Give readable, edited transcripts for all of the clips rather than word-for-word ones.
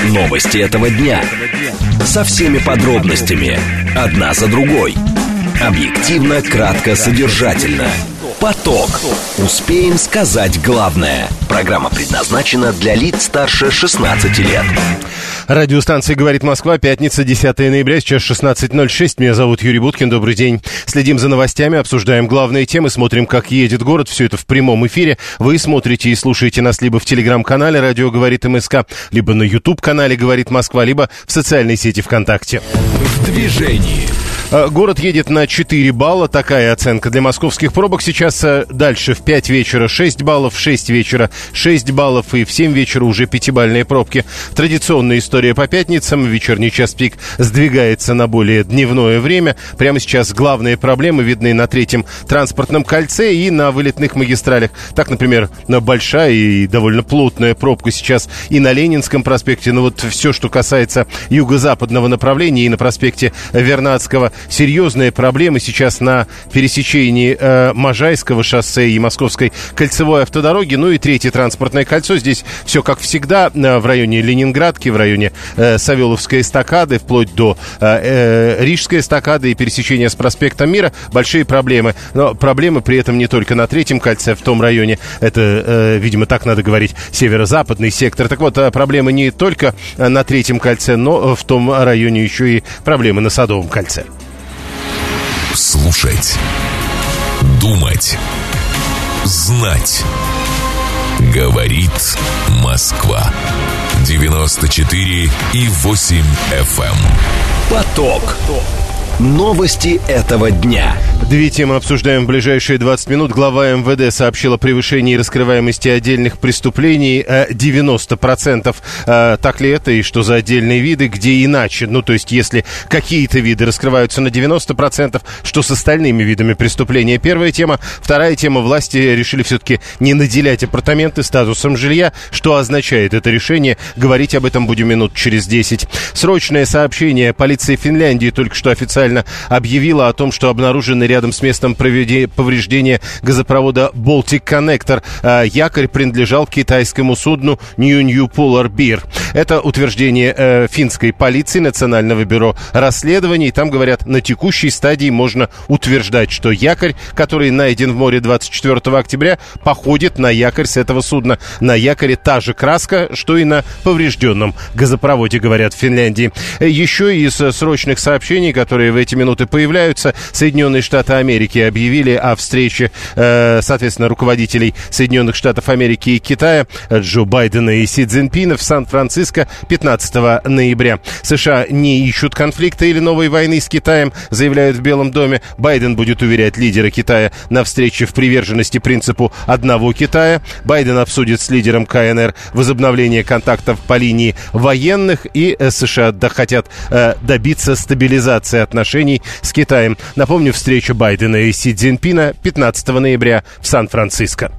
Новости этого дня. Со всеми подробностями. Одна за другой. Объективно, кратко, содержательно. Поток. Успеем сказать главное. Программа предназначена для лиц старше 16 лет. Радиостанция «Говорит Москва», пятница, 10 ноября, сейчас 16:06. Меня зовут Юрий Буткин, добрый день. Следим за новостями, обсуждаем главные темы, смотрим, как едет город. Все это в прямом эфире. Вы смотрите и слушаете нас либо в телеграм-канале «Радио говорит МСК», либо на YouTube-канале «Говорит Москва», либо в социальной сети ВКонтакте. В движении. Город едет на 4 балла, такая оценка для московских пробок. Сейчас дальше в 5 вечера 6 баллов, в 6 вечера 6 баллов и в 7 вечера уже 5-бальные пробки. Традиционная история по пятницам. Вечерний час пик сдвигается на более дневное время. Прямо сейчас главные проблемы видны на третьем транспортном кольце и на вылетных магистралях. Так, например, большая и довольно плотная пробка сейчас и на Ленинском проспекте. Но вот все, что касается юго-западного направления и на проспекте Вернадского, серьезные проблемы сейчас на пересечении Можайского шоссе и Московской кольцевой автодороги. Ну и третье транспортное кольцо. Здесь все как всегда в районе Ленинградки, в районе Савеловской эстакады, вплоть до Рижской эстакады и пересечения с проспектом Мира. Большие проблемы. Но проблемы при этом не только на третьем кольце, в том районе. Это, видимо, так надо говорить, северо-западный сектор. Так вот, проблемы не только на третьем кольце, но в том районе еще и проблемы на Садовом кольце. Слушать, думать, знать. Говорит Москва. 94,8 FM. Поток. Новости этого дня. Две темы обсуждаем в ближайшие 20 минут. Глава МВД сообщила о превышении раскрываемости отдельных преступлений 90%. Так ли это и что за отдельные виды, где иначе? Ну, то есть, если какие-то виды раскрываются на 90%, что с остальными видами преступления? Первая тема. Вторая тема. Власти решили все-таки не наделять апартаменты статусом жилья. Что означает это решение? Говорить об этом будем минут через 10. Срочное сообщение. Полиция Финляндии только что официально объявила о том, что обнаружены рядом с местом повреждения газопровода Baltic Connector якорь принадлежал китайскому судну New Polar Bear. Это утверждение финской полиции, Национального бюро расследований. Там говорят, на текущей стадии можно утверждать, что якорь, который найден в море 24 октября, походит на якорь с этого судна. На якоре та же краска, что и на поврежденном газопроводе, говорят в Финляндии. Еще из срочных сообщений, которые в эти минуты появляются, Соединенные Штаты Америки объявили о встрече, соответственно, руководителей Соединенных Штатов Америки и Китая, Джо Байдена и Си Цзиньпина в Сан-Франциско 15 ноября. США не ищут конфликта или новой войны с Китаем, заявляют в Белом доме. Байден будет уверять лидера Китая на встрече в приверженности принципу одного Китая. Байден обсудит с лидером КНР возобновление контактов по линии военных, и США хотят добиться стабилизации отношений с Китаем. Напомню, встреча Байдена и Си Цзиньпина 15 ноября в Сан-Франциско.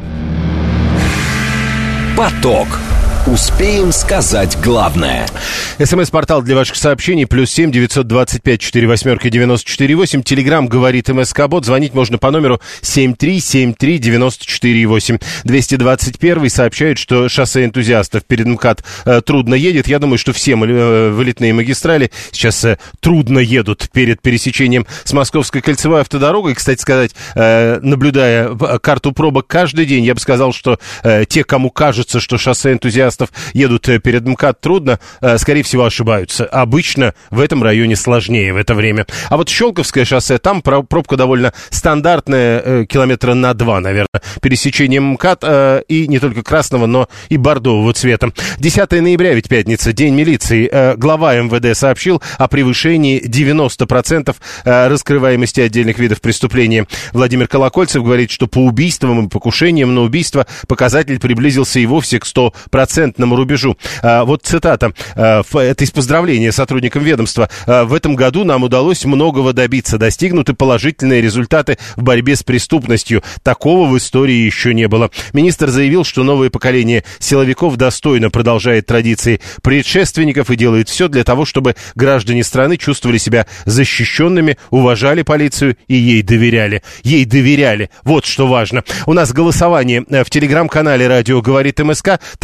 Поток. Успеем сказать главное. СМС-портал для ваших сообщений +7 925 48 94 8. Телеграм говорит МСК-бот. Звонить можно по номеру 7373 94 8. 221 сообщает, что шоссе энтузиастов перед МКАД трудно едет. Я думаю, что все вылетные магистрали сейчас трудно едут перед пересечением с Московской кольцевой автодорогой. Кстати сказать, наблюдая карту пробок каждый день, я бы сказал, что те, кому кажется, что шоссе энтузиастов едут перед МКАД трудно, скорее всего, ошибаются. Обычно в этом районе сложнее в это время. А вот Щелковское шоссе, там пробка довольно стандартная, километра на 2, наверное, пересечением МКАД, и не только красного, но и бордового цвета. 10 ноября, ведь пятница, День милиции. Глава МВД сообщил о превышении 90% раскрываемости отдельных видов преступления. Владимир Колокольцев говорит, что по убийствам и покушениям на убийство показатель приблизился и вовсе к 100% рубежу. Вот цитата. Это из поздравления сотрудникам ведомства. В этом году нам удалось многого добиться. Достигнуты положительные результаты в борьбе с преступностью. Такого в истории еще не было. Министр заявил, что новое поколение силовиков достойно продолжает традиции предшественников и делает все для того, чтобы граждане страны чувствовали себя защищенными, уважали полицию и ей доверяли. Ей доверяли. Вот что важно. У нас голосование в телеграм-канале «Радио говорит МСК». Традиционно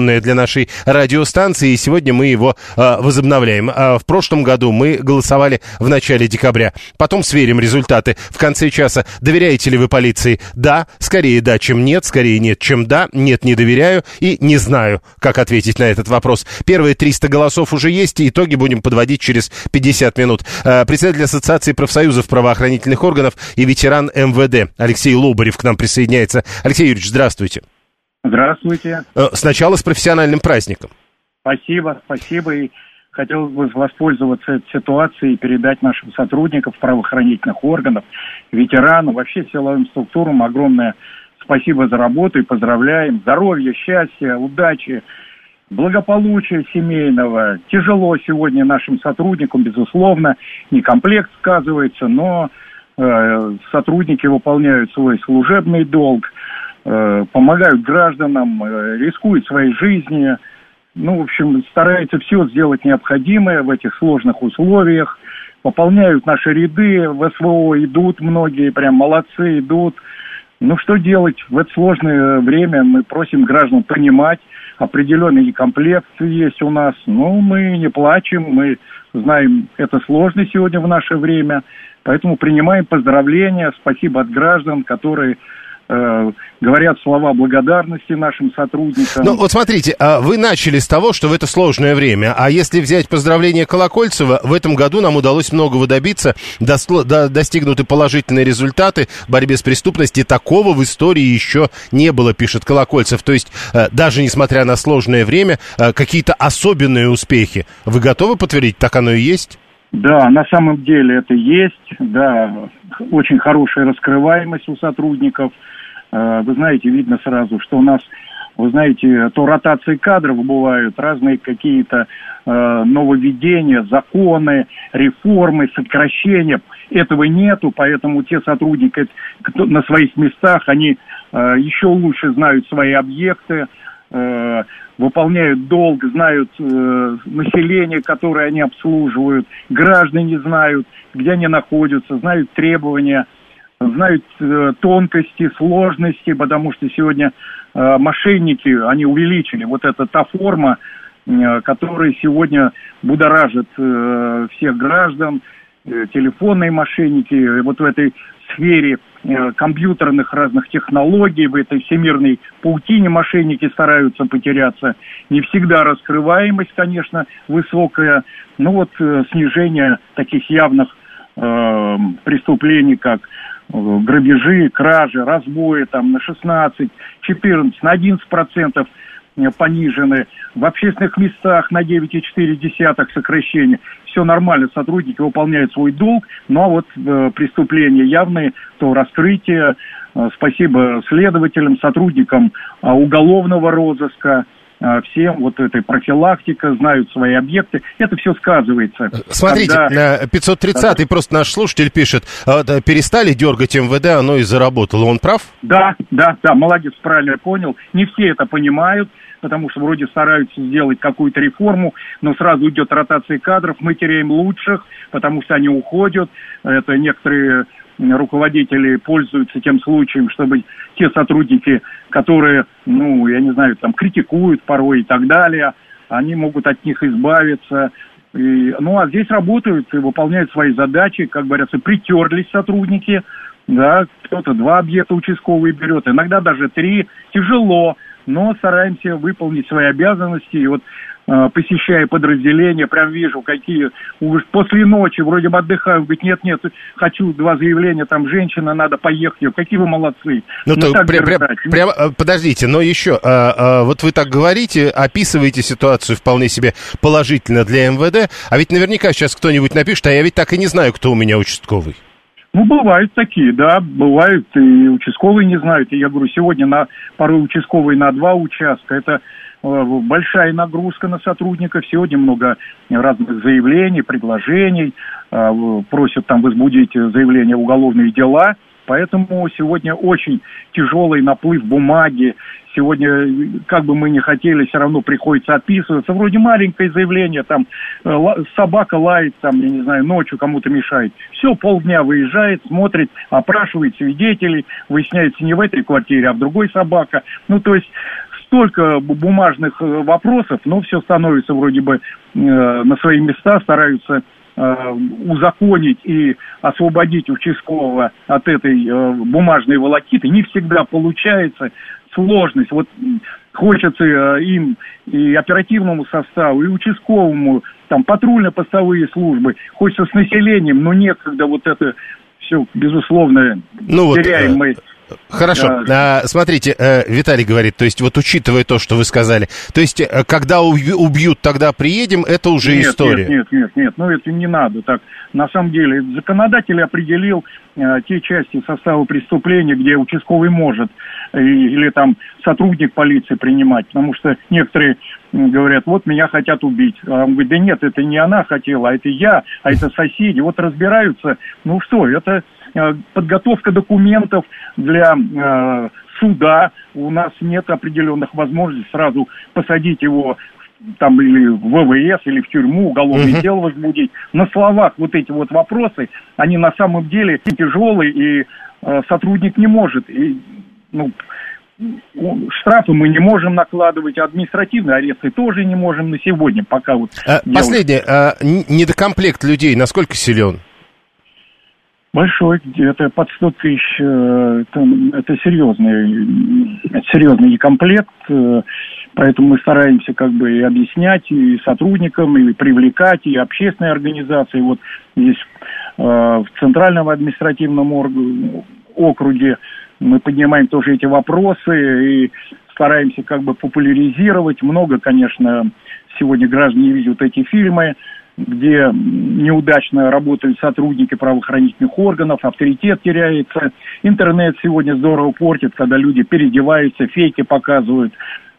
традиционное для нашей радиостанции, и сегодня мы его возобновляем. В прошлом году мы голосовали в начале декабря. Потом сверим результаты в конце часа. Доверяете ли вы полиции? Да. Скорее да, чем нет. Скорее нет, чем да. Нет, не доверяю. И не знаю, как ответить на этот вопрос. Первые 300 голосов уже есть, и итоги будем подводить через 50 минут. Председатель Ассоциации профсоюзов правоохранительных органов и ветеран МВД Алексей Лобарев к нам присоединяется. Алексей Юрьевич, здравствуйте. Здравствуйте. Сначала с профессиональным праздником. Спасибо. И хотелось бы воспользоваться этой ситуацией и передать нашим сотрудникам правоохранительных органов, ветеранам, вообще силовым структурам огромное спасибо за работу и поздравляем. Здоровья, счастья, удачи, благополучия семейного. Тяжело сегодня нашим сотрудникам, безусловно, некомплект сказывается, но сотрудники выполняют свой служебный долг, помогают гражданам, рискуют своей жизнью. В общем, стараются все сделать необходимое в этих сложных условиях. Пополняют наши ряды, в СВО идут многие, прям молодцы, идут. Что делать в это сложное время? Мы просим граждан понимать, определенный некомплект есть у нас. Мы не плачем, мы знаем, это сложно сегодня в наше время. Поэтому принимаем поздравления, спасибо от граждан, которые говорят слова благодарности нашим сотрудникам. Вот смотрите, вы начали с того, что в это сложное время, а если взять поздравления Колокольцева, в этом году нам удалось многого добиться, достигнуты положительные результаты в борьбе с преступностью, такого в истории еще не было, пишет Колокольцев. То есть, даже несмотря на сложное время, какие-то особенные успехи. Вы готовы подтвердить, так оно и есть? Да, на самом деле это есть, да, очень хорошая раскрываемость у сотрудников. Вы знаете, видно сразу, что у нас, вы знаете, то ротации кадров бывают, разные какие-то нововведения, законы, реформы, сокращения. Этого нету, поэтому те сотрудники на своих местах, они еще лучше знают свои объекты, выполняют долг, знают население, которое они обслуживают, граждане знают, где они находятся, знают требования, знают тонкости, сложности, потому что сегодня мошенники, они увеличили. Вот это та форма, которая сегодня будоражит всех граждан, телефонные мошенники, вот в этой сфере компьютерных разных технологий, в этой всемирной паутине мошенники стараются потеряться. Не всегда раскрываемость, конечно, высокая, но снижение таких явных преступлений, как грабежи, кражи, разбои на 16, 14, на 11% понижены. В общественных местах на 9,4 сокращение. Все нормально, сотрудники выполняют свой долг, но преступления явные, то раскрытие. Спасибо следователям, сотрудникам уголовного розыска, всем этой профилактика, знают свои объекты. Это все сказывается. Смотрите, 530-й просто наш слушатель пишет, перестали дергать МВД, оно и заработало. Он прав? Да, молодец, правильно понял. Не все это понимают, потому что вроде стараются сделать какую-то реформу, но сразу идет ротация кадров, мы теряем лучших, потому что они уходят. Это некоторые руководители пользуются тем случаем, чтобы те сотрудники, которые, критикуют порой и так далее, они могут от них избавиться. А здесь работают и выполняют свои задачи, как говорится, притерлись сотрудники, да, кто-то 2 объекта участковый берет, иногда даже 3, тяжело, но стараемся выполнить свои обязанности. И посещая подразделения, прям вижу, какие после ночи вроде бы отдыхаю, говорит, нет, хочу 2 заявления, женщина, надо поехать. Какие вы молодцы. Подождите, но еще, вы так говорите, описываете ситуацию вполне себе положительно для МВД, а ведь наверняка сейчас кто-нибудь напишет, а я ведь так и не знаю, кто у меня участковый. Бывают такие, да, бывают, и участковые не знают. И я говорю, сегодня порой участковые на 2 участка, это большая нагрузка на сотрудников. Сегодня много разных заявлений, предложений, просят возбудить заявления в уголовные дела. Поэтому сегодня очень тяжелый наплыв бумаги. Сегодня, как бы мы ни хотели, все равно приходится отписываться. Вроде маленькое заявление, собака лает, ночью кому-то мешает. Все, полдня выезжает, смотрит, опрашивает свидетелей, выясняется не в этой квартире, а в другой собака. То есть столько бумажных вопросов, но все становится вроде бы на свои места, стараются узаконить и освободить участкового от этой бумажной волокиты. Не всегда получается, сложность. Вот хочется им и оперативному составу, и участковому, там, патрульно-постовые службы, хочется с населением, но некогда вот это все, безусловно, теряем мы. Хорошо. Смотрите, Виталий говорит, то есть вот учитывая то, что вы сказали, то есть когда убьют, тогда приедем, это уже история. Нет, ну это не надо так. На самом деле, законодатель определил те части состава преступления, где участковый может или там сотрудник полиции принимать, потому что некоторые говорят, вот меня хотят убить. А он говорит, да нет, это не она хотела, а это я, а это соседи. Вот разбираются, ну что, это подготовка документов для суда. У нас нет определенных возможностей сразу посадить его там или в ВВС, или в тюрьму, уголовное дело возбудить. На словах вот эти вот вопросы, они на самом деле тяжелые, и сотрудник не может. И, штрафы мы не можем накладывать, административные аресты тоже не можем на сегодня, пока вот... Последнее. Недокомплект людей насколько силен? Большой, где-то под 100 тысяч, это серьезный некомплект, поэтому мы стараемся как бы и объяснять и сотрудникам, и привлекать, и общественные организации. Вот здесь в Центральном административном округе мы поднимаем тоже эти вопросы и стараемся как бы популяризировать. Много, конечно, сегодня граждане видят эти фильмы, где неудачно работают сотрудники правоохранительных органов, авторитет теряется. Интернет сегодня здорово портит, когда люди переодеваются, фейки показывают,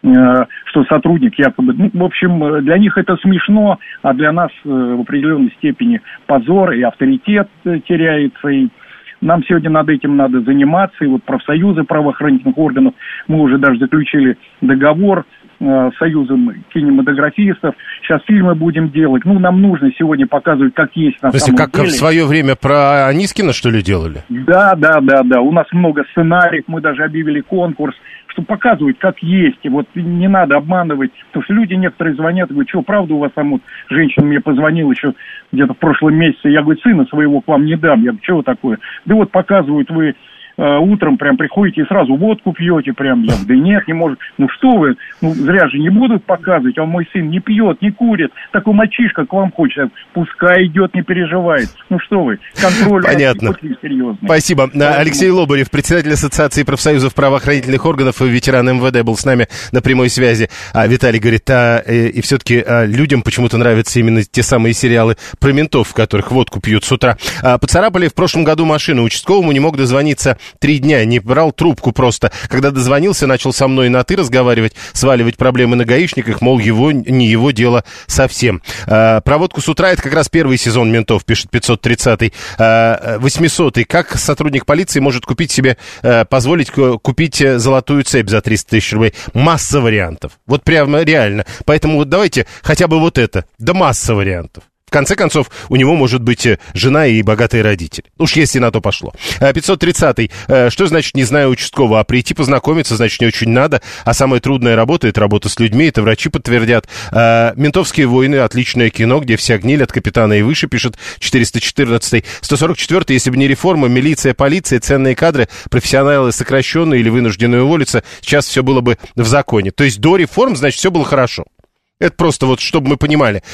что сотрудник якобы... в общем, для них это смешно, а для нас в определенной степени позор и авторитет теряется. И нам сегодня над этим надо заниматься. И вот профсоюзы правоохранительных органов, мы уже даже заключили договор с Союзом кинематографистов. Сейчас фильмы будем делать. Нам нужно сегодня показывать, как есть на самом деле. Как в свое время про Анискина, что ли, делали? Да. У нас много сценариев. Мы даже объявили конкурс, чтобы показывать, как есть. И вот не надо обманывать. Потому что люди некоторые звонят и говорят, что, правда у вас там вот женщина мне позвонила еще где-то в прошлом месяце. Я, говорю, сына своего к вам не дам. Я говорю, что такое? Да вот показывают, вы утром прям приходите и сразу водку пьете прям. Я говорю, да нет, не может. Что вы, зря же не будут показывать, а мой сын не пьет, не курит. Такой мальчишка к вам хочет. Пускай идет, не переживает. Что вы, контроль понятно. Серьезный. Спасибо. Поэтому... Алексей Лобарев, председатель Ассоциации профсоюзов правоохранительных органов и ветеран МВД, был с нами на прямой связи. Виталий говорит, и все-таки людям почему-то нравятся именно те самые сериалы про ментов, в которых водку пьют с утра. Поцарапали в прошлом году машину. Участковому не мог дозвониться 3 дня, не брал трубку просто. Когда дозвонился, начал со мной на «ты» разговаривать, сваливать проблемы на гаишниках, мол, не его дело совсем. Проводку с утра — это как раз первый сезон «Ментов», пишет 530-й. 800-й. Как сотрудник полиции может позволить купить золотую цепь за 300 тысяч рублей? Масса вариантов. Вот прямо реально. Поэтому вот давайте хотя бы вот это. Да масса вариантов. В конце концов, у него может быть жена и богатые родители. Уж если на то пошло. 530-й. Что значит «не знаю участкового»? А прийти познакомиться, значит, не очень надо. А самая трудная работа — это работа с людьми, это врачи подтвердят. «Ментовские войны» — отличное кино, где вся гниль от капитана и выше, пишет 414-й. 144-й. Если бы не реформа, милиция, полиция, ценные кадры, профессионалы сокращенные или вынужденные уволиться, сейчас все было бы в законе. То есть до реформ, значит, все было хорошо. Это просто вот, чтобы мы понимали.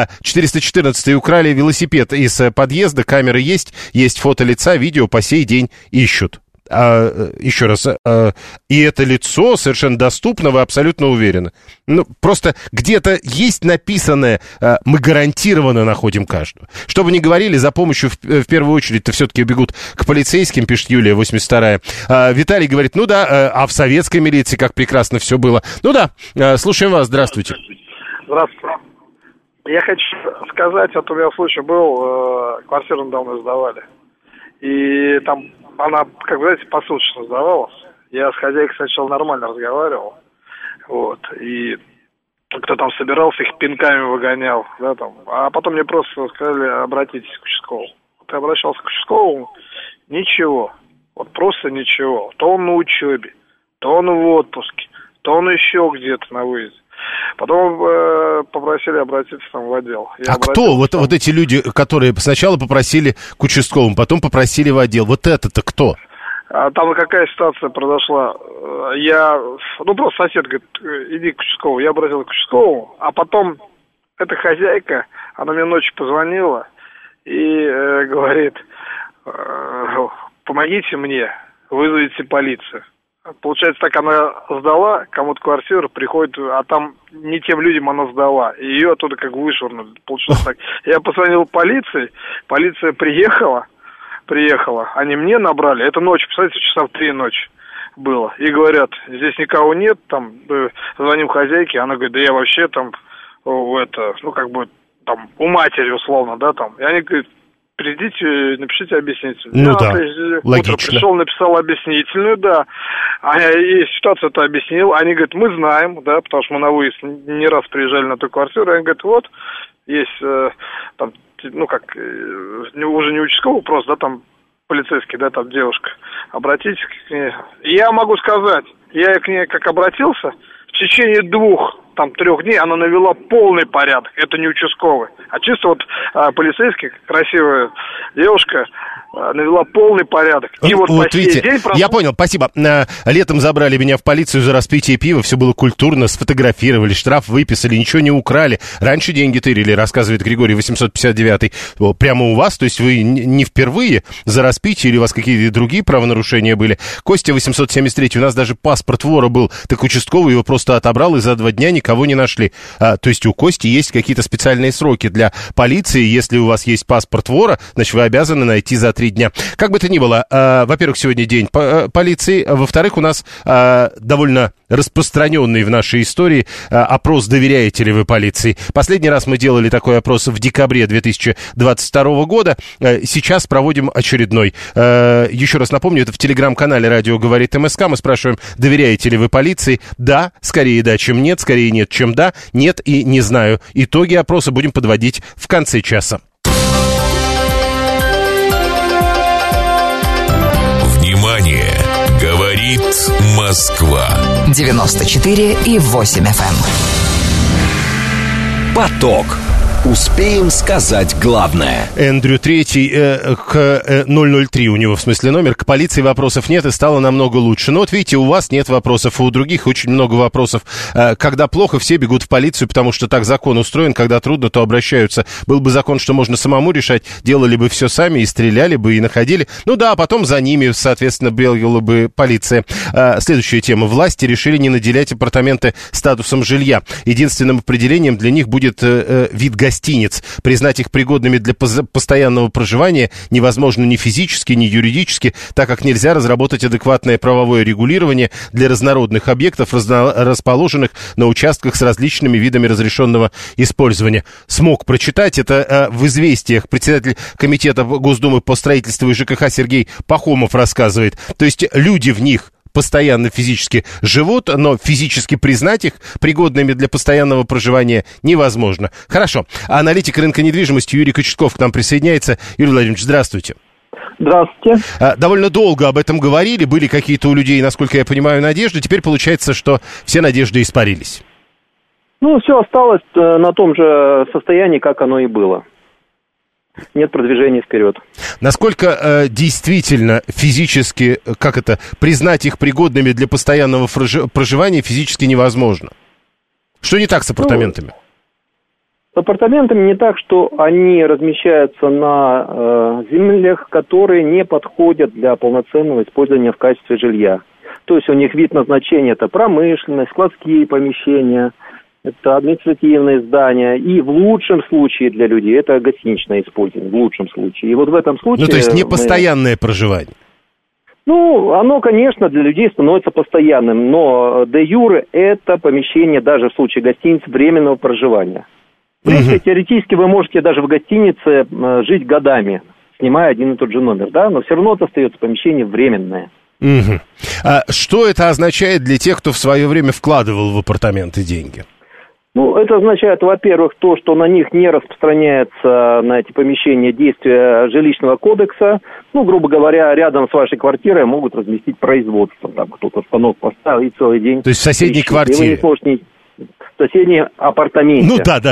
414-й. Украли велосипед из подъезда, камеры есть фото лица, видео по сей день ищут. Еще раз, и это лицо совершенно доступно, вы абсолютно уверены. Просто где-то есть написанное, мы гарантированно находим каждого. Что бы ни говорили, за помощью в первую очередь-то все-таки бегут к полицейским, пишет Юлия, 82-я. Виталий говорит, а в советской милиции как прекрасно все было. Слушаем вас, здравствуйте. Здравствуйте. Я хочу сказать, у меня случай был, квартиру недавно сдавали. И там она, как вы знаете, посуточно сдавалась. Я с хозяйкой сначала нормально разговаривал. И кто там собирался, их пинками выгонял. А потом мне просто сказали, обратитесь к участковому. Я обращался к участковому, ничего. Просто ничего. То он на учебе, то он в отпуске, то он еще где-то на выезде. Потом попросили обратиться там в отдел. А кто? Вот эти люди, которые сначала попросили к участковому, потом попросили в отдел. Вот это-то кто? Там какая ситуация произошла? Просто сосед говорит, иди к участковому. Я обратился к участковому, а потом эта хозяйка, она мне ночью позвонила и говорит, помогите мне, вызовите полицию. Получается, так она сдала кому-то квартиру, приходит, а там не тем людям она сдала. И ее оттуда как вышвырнули. Получилось так. Я позвонил полиции, полиция приехала, они мне набрали, это ночью, представляете, часа в 3 ночи было. И говорят, здесь никого нет, там, звоним хозяйке, она говорит, да я вообще там, у матери условно, да, там. И они говорят, придите, напишите объяснительную. Ну да, логично. Утро пришел, написал объяснительную, да. И ситуацию-то объяснил. Они говорят, мы знаем, да, потому что мы на выезд не раз приезжали на эту квартиру. Они говорят, вот, есть там, уже не участковый, просто, да, там, полицейский, да, там, девушка. Обратитесь к ней. И я могу сказать, я к ней как обратился, в течение 2-3 дней она навела полный порядок. Это не участковый. А чисто вот полицейский, красивая девушка, навела полный порядок. И вот по сей видите, день... Я понял, спасибо. Летом забрали меня в полицию за распитие пива, все было культурно, сфотографировали, штраф выписали, ничего не украли. Раньше деньги тырили, рассказывает Григорий 859. Прямо у вас, то есть вы не впервые за распитие или у вас какие-то другие правонарушения были? Костя 873, у нас даже паспорт вора был, так участковый его просто отобрал и за 2 дня никого не нашли. То есть у Кости есть какие-то специальные сроки для полиции. Если у вас есть паспорт вора, значит, вы обязаны найти за 3 дня. Как бы то ни было, во-первых, сегодня день полиции, во-вторых, у нас довольно распространенный в нашей истории опрос «Доверяете ли вы полиции?». Последний раз мы делали такой опрос в декабре 2022 года. Сейчас проводим очередной. Еще раз напомню, это в телеграм-канале «Радио говорит МСК». Мы спрашиваем, доверяете ли вы полиции? Да, скорее да, чем нет, скорее нет, чем да, нет и не знаю. Итоги опроса будем подводить в конце часа. Внимание! Говорит Москва. 94,8 FM. Поток. Успеем сказать главное. Эндрю Третий к 003 у него, в смысле, номер. К полиции вопросов нет и стало намного лучше. Но вот видите, у вас нет вопросов, а у других очень много вопросов. Когда плохо, все бегут в полицию, потому что так закон устроен. Когда трудно, то обращаются. Был бы закон, что можно самому решать, делали бы все сами и стреляли бы, и находили. Ну да, а потом за ними, соответственно, бегала бы полиция. Следующая тема. Власти решили не наделять апартаменты статусом жилья. Единственным определением для них будет вид гостиниц. Признать их пригодными для постоянного проживания невозможно ни физически, ни юридически, так как нельзя разработать адекватное правовое регулирование для разнородных объектов, расположенных на участках с различными видами разрешенного использования. Смог прочитать это в «Известиях». Председатель комитета Госдумы по строительству и ЖКХ Сергей Пахомов рассказывает. То есть люди в них постоянно физически живут, но физически признать их пригодными для постоянного проживания невозможно. Хорошо. Аналитик рынка недвижимости Юрий Кочетков к нам присоединяется. Юрий Владимирович, здравствуйте. Здравствуйте. Довольно долго об этом говорили, были какие-то у людей, насколько я понимаю, надежды. Теперь получается, что все надежды испарились. Все осталось на том же состоянии, как оно и было. Нет продвижения вперед. Насколько действительно физически, признать их пригодными для постоянного проживания физически невозможно? Что не так с апартаментами? С апартаментами не так, что они размещаются на землях, которые не подходят для полноценного использования в качестве жилья. То есть у них вид назначения – это промышленность, складские помещения, это административные здания, и в лучшем случае для людей это гостиничное использование, в лучшем случае. И вот в этом случае... то есть не постоянное проживание? Оно, конечно, для людей становится постоянным, но де юре это помещение даже в случае гостиниц временного проживания. В принципе, теоретически вы можете даже в гостинице жить годами, снимая один и тот же номер, да, но все равно это остается помещение временное. А что это означает для тех, кто в свое время вкладывал в апартаменты деньги? Ну, это означает, во-первых, то, что на них не распространяется, на эти помещения, действия жилищного кодекса. Ну, грубо говоря, рядом с вашей квартирой могут разместить производство. Там кто-то станок поставил и целый день... То есть в соседней квартире? Вы не сможете... В соседней апартаменте. Ну, да.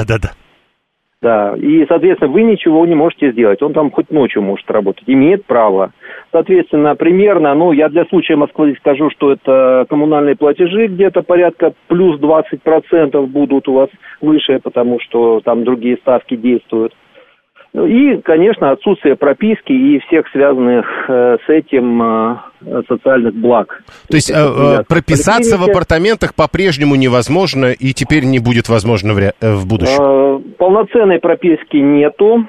Да, и, соответственно, вы ничего не можете сделать. Он там хоть ночью может работать, имеет право. Соответственно, примерно, я для случая Москвы скажу, что это коммунальные платежи где-то порядка плюс 20% будут у вас выше, потому что там другие ставки действуют. И, конечно, отсутствие прописки и всех связанных с этим социальных благ. То есть прописаться в апартаментах по-прежнему невозможно и теперь не будет возможно в будущем? Полноценной прописки нету.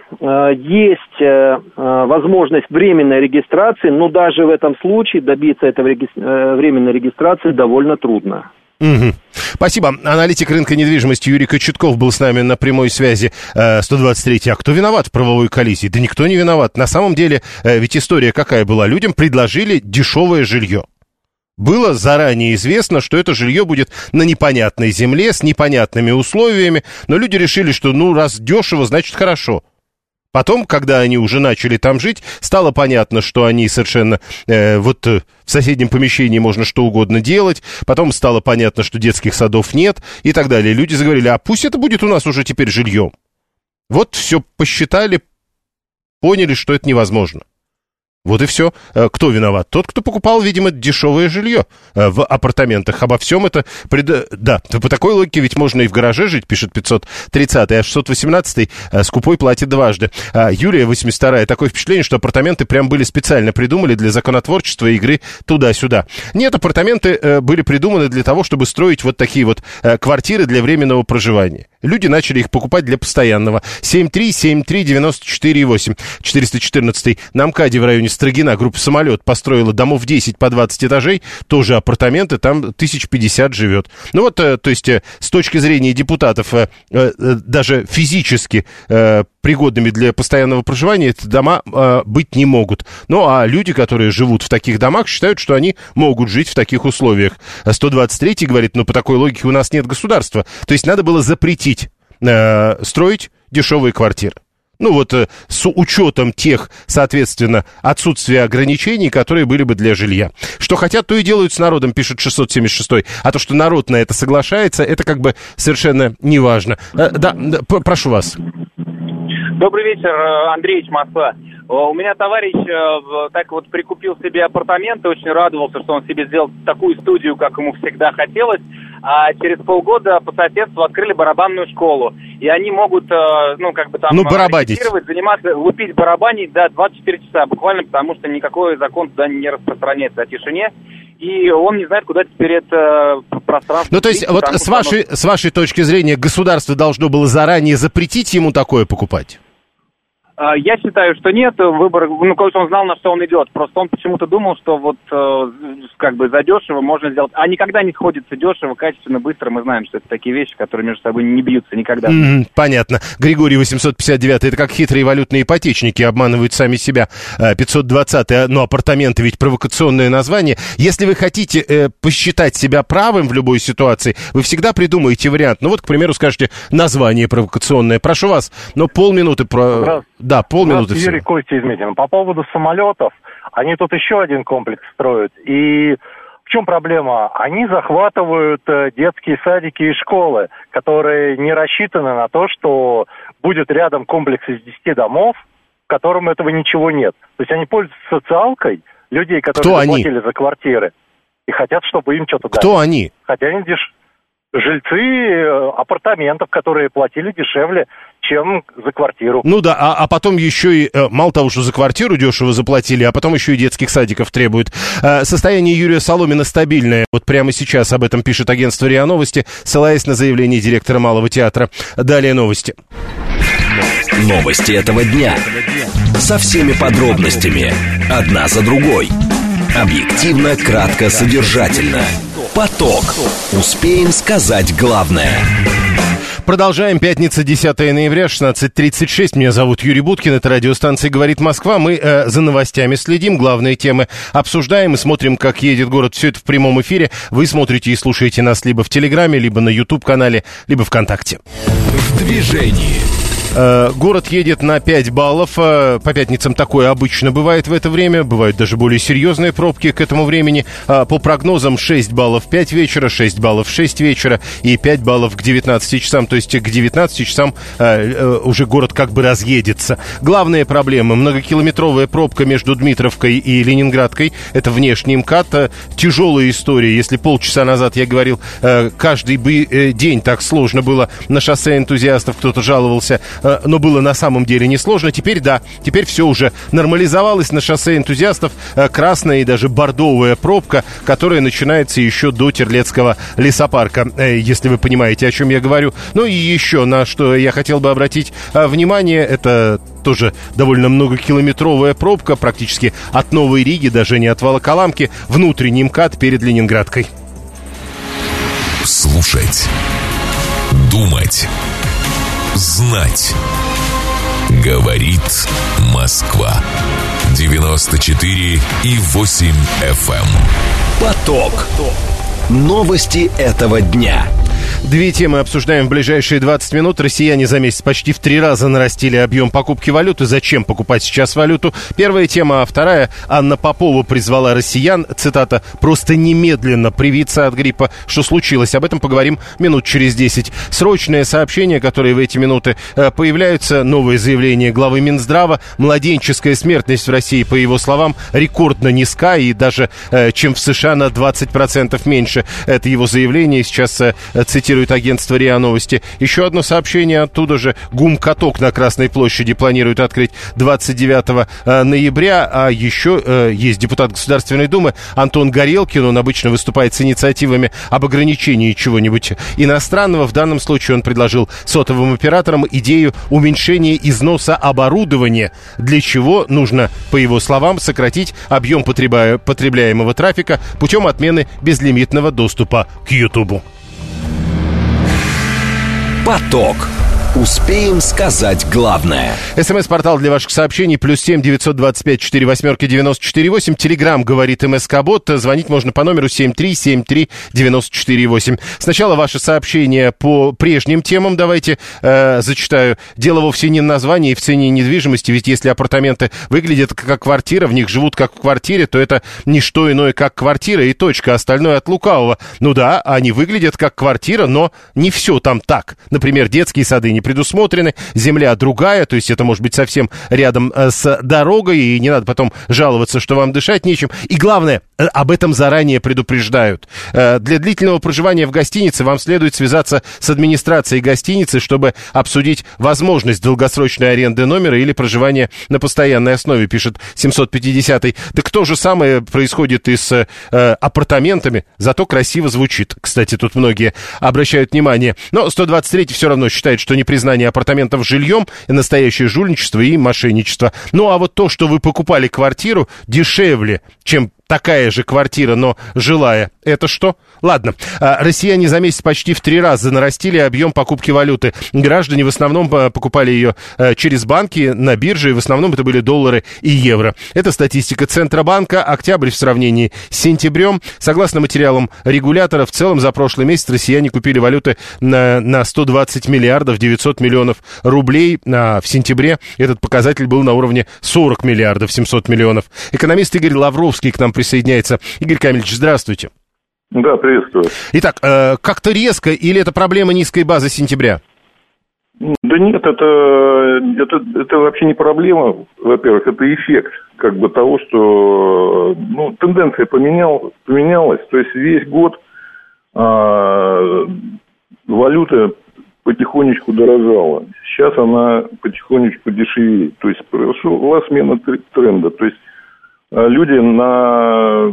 Есть возможность временной регистрации, но даже в этом случае добиться этой временной регистрации довольно трудно. Угу. Спасибо. Аналитик рынка недвижимости Юрий Кочетков был с нами на прямой связи. 123. А кто виноват в правовой коллизии? Да никто не виноват. На самом деле, ведь история какая была? Людям предложили дешевое жилье. Было заранее известно, что это жилье будет на непонятной земле, с непонятными условиями, но люди решили, что раз дешево, значит хорошо. Потом, когда они уже начали там жить, стало понятно, что они совершенно... в соседнем помещении можно что угодно делать. Потом стало понятно, что детских садов нет и так далее. Люди заговорили, а пусть это будет у нас уже теперь жильем. Вот все посчитали, поняли, что это невозможно. Вот и все. Кто виноват? Тот, кто покупал, видимо, дешевое жилье в апартаментах. Обо всем это... Да, по такой логике ведь можно и в гараже жить, пишет 530-й, а 618-й скупой платит дважды. Юлия, 82-я, такое впечатление, что апартаменты прям были специально придумали для законотворчества и игры туда-сюда. Нет, апартаменты были придуманы для того, чтобы строить вот такие вот квартиры для временного проживания. Люди начали их покупать для постоянного. 7373948, 414-й. На МКАДе в районе Строгина группа «Самолет» построила домов 10 по 20 этажей, тоже апартаменты, там 1050 живет. Ну вот, то есть, с точки зрения депутатов, даже физически пригодными для постоянного проживания эти дома быть не могут. Ну, а люди, которые живут в таких домах, считают, что они могут жить в таких условиях. 123-й говорит, по такой логике у нас нет государства. То есть, надо было запретить строить дешевые квартиры. С учетом тех, соответственно, отсутствия ограничений, которые были бы для жилья. Что хотят, то и делают с народом, пишет 676-й. А то, что народ на это соглашается, это как бы совершенно неважно. Да, прошу вас. Добрый вечер, Андреевич, Москва. У меня товарищ так вот прикупил себе апартаменты, очень радовался, что он себе сделал такую студию, как ему всегда хотелось. А через полгода по соседству открыли барабанную школу. И они могут, барабанить, заниматься, лупить, барабанить, 24 часа буквально, потому что никакой закон туда не распространяется о тишине. И он не знает, куда теперь это пространство... то есть, вот с вашей точки зрения, государство должно было заранее запретить ему такое покупать? Я считаю, что нет. Выбор, он знал, на что он идет. Просто он почему-то думал, что за дешево можно сделать. А никогда не сходится дешево, качественно, быстро. Мы знаем, что это такие вещи, которые между собой не бьются никогда. Понятно. Григорий, 859-й, это как хитрые валютные ипотечники обманывают сами себя. 520-й, апартаменты ведь провокационное название. Если вы хотите посчитать себя правым в любой ситуации, вы всегда придумаете вариант. К примеру, скажете название провокационное. Прошу вас, полминуты про... Да, полминуты всего. Юрий, Костя из Митина. По поводу самолетов, они тут еще один комплекс строят. И в чем проблема? Они захватывают детские садики и школы, которые не рассчитаны на то, что будет рядом комплекс из 10 домов, в котором этого ничего нет. То есть они пользуются социалкой людей, которые заплатили за квартиры, и хотят, чтобы им что-то дали. Кто они? Хотя они жильцы апартаментов, которые платили дешевле, чем за квартиру. А потом еще и, мало того, что за квартиру дешево заплатили, а потом еще и детских садиков требуют. Состояние Юрия Соломина стабильное. Вот прямо сейчас об этом пишет агентство РИА Новости, ссылаясь на заявление директора Малого театра. Далее новости. Новости этого дня. Со всеми подробностями. Одна за другой. Объективно, кратко, содержательно. Поток. Успеем сказать главное. Продолжаем. Пятница, 10 ноября, 16:36. Меня зовут Юрий Буткин. Это радиостанция «Говорит Москва». Мы за новостями следим, главные темы обсуждаем и смотрим, как едет город. Все это в прямом эфире. Вы смотрите и слушаете нас либо в Телеграме, либо на YouTube-канале, либо ВКонтакте. В движении. Город едет на 5 баллов. По пятницам такое обычно бывает в это время. Бывают даже более серьезные пробки к этому времени. По прогнозам 6 баллов в 5 вечера, 6 баллов в 6 вечера и 5 баллов к 19 часам. То есть к 19 часам уже город как бы разъедется. Главные проблемы. Многокилометровая пробка между Дмитровкой и Ленинградкой. Это внешний МКАД. Тяжелая история. Если полчаса назад я говорил, каждый день так сложно было на шоссе энтузиастов, кто-то жаловался, но было на самом деле несложно. Теперь да, теперь все уже нормализовалось. На шоссе энтузиастов красная и даже бордовая пробка, которая начинается еще до Терлецкого лесопарка, если вы понимаете, о чем я говорю. Ну и еще на что я хотел бы обратить внимание, это тоже довольно многокилометровая пробка, практически от Новой Риги, даже не от Волоколамки, внутренний МКАД перед Ленинградкой. Слушать, думать, знать. Говорит Москва. 94,8 FM. Поток. Новости этого дня. Две темы обсуждаем в ближайшие 20 минут. Россияне за месяц почти в 3 раза нарастили объем покупки валюты. Зачем покупать сейчас валюту? Первая тема, а вторая. Анна Попова призвала россиян, цитата, «просто немедленно привиться от гриппа». Что случилось? Об этом поговорим минут через 10. Срочное сообщение, которое в эти минуты появляются. Новое заявление главы Минздрава. Младенческая смертность в России, по его словам, рекордно низка и даже чем в США на 20% меньше. Это его заявление. Сейчас цитирует агентство РИА Новости. Еще одно сообщение оттуда же. ГУМ-каток на Красной площади планируют открыть 29 ноября. А еще есть депутат Государственной Думы Антон Горелкин. Он обычно выступает с инициативами об ограничении чего-нибудь иностранного. В данном случае он предложил сотовым операторам идею уменьшения износа оборудования, для чего нужно, по его словам, сократить объем потребляемого трафика путем отмены безлимитного доступа к Ютубу. Поток. Успеем сказать главное. СМС-портал для ваших сообщений +7 925 48 94 8. Телеграм говорит МСК-бот. Звонить можно по номеру 7373 94 8. Сначала ваше сообщение по прежним темам. Давайте зачитаю. Дело вовсе не в названии и в цене недвижимости. Ведь если апартаменты выглядят как квартира, в них живут как в квартире, то это не что иное, как квартира и точка. Остальное от лукавого. Ну да, они выглядят как квартира, но не все там так. Например, детские сады не предусмотрены, земля другая, то есть это может быть совсем рядом с дорогой, и не надо потом жаловаться, что вам дышать нечем. И главное, об этом заранее предупреждают. Для длительного проживания в гостинице вам следует связаться с администрацией гостиницы, чтобы обсудить возможность долгосрочной аренды номера или проживания на постоянной основе, пишет 750-й. Так то же самое происходит и с апартаментами, зато красиво звучит. Кстати, тут многие обращают внимание. Но 123-й все равно считает, что непризнание апартаментов жильем — настоящее жульничество и мошенничество. Ну а вот то, что вы покупали квартиру дешевле, чем такая же квартира, но жилая, это что? Ладно, россияне за месяц почти в 3 раза нарастили объем покупки валюты. Граждане в основном покупали ее через банки, на бирже, и в основном это были доллары и евро. Это статистика Центробанка. Октябрь в сравнении с сентябрем. Согласно материалам регулятора, в целом за прошлый месяц россияне купили валюты на 120 миллиардов 900 миллионов рублей. А в сентябре этот показатель был на уровне 40 миллиардов 700 миллионов. Экономист Игорь Лавровский к нам присоединяется. Игорь Камильевич, здравствуйте. Да, приветствую. Итак, как-то резко или это проблема низкой базы сентября? Да нет, это вообще не проблема. Во-первых, это эффект как бы того, что тенденция поменялась. То есть весь год валюта потихонечку дорожала. Сейчас она потихонечку дешевеет. То есть произошла смена тренда. То есть люди на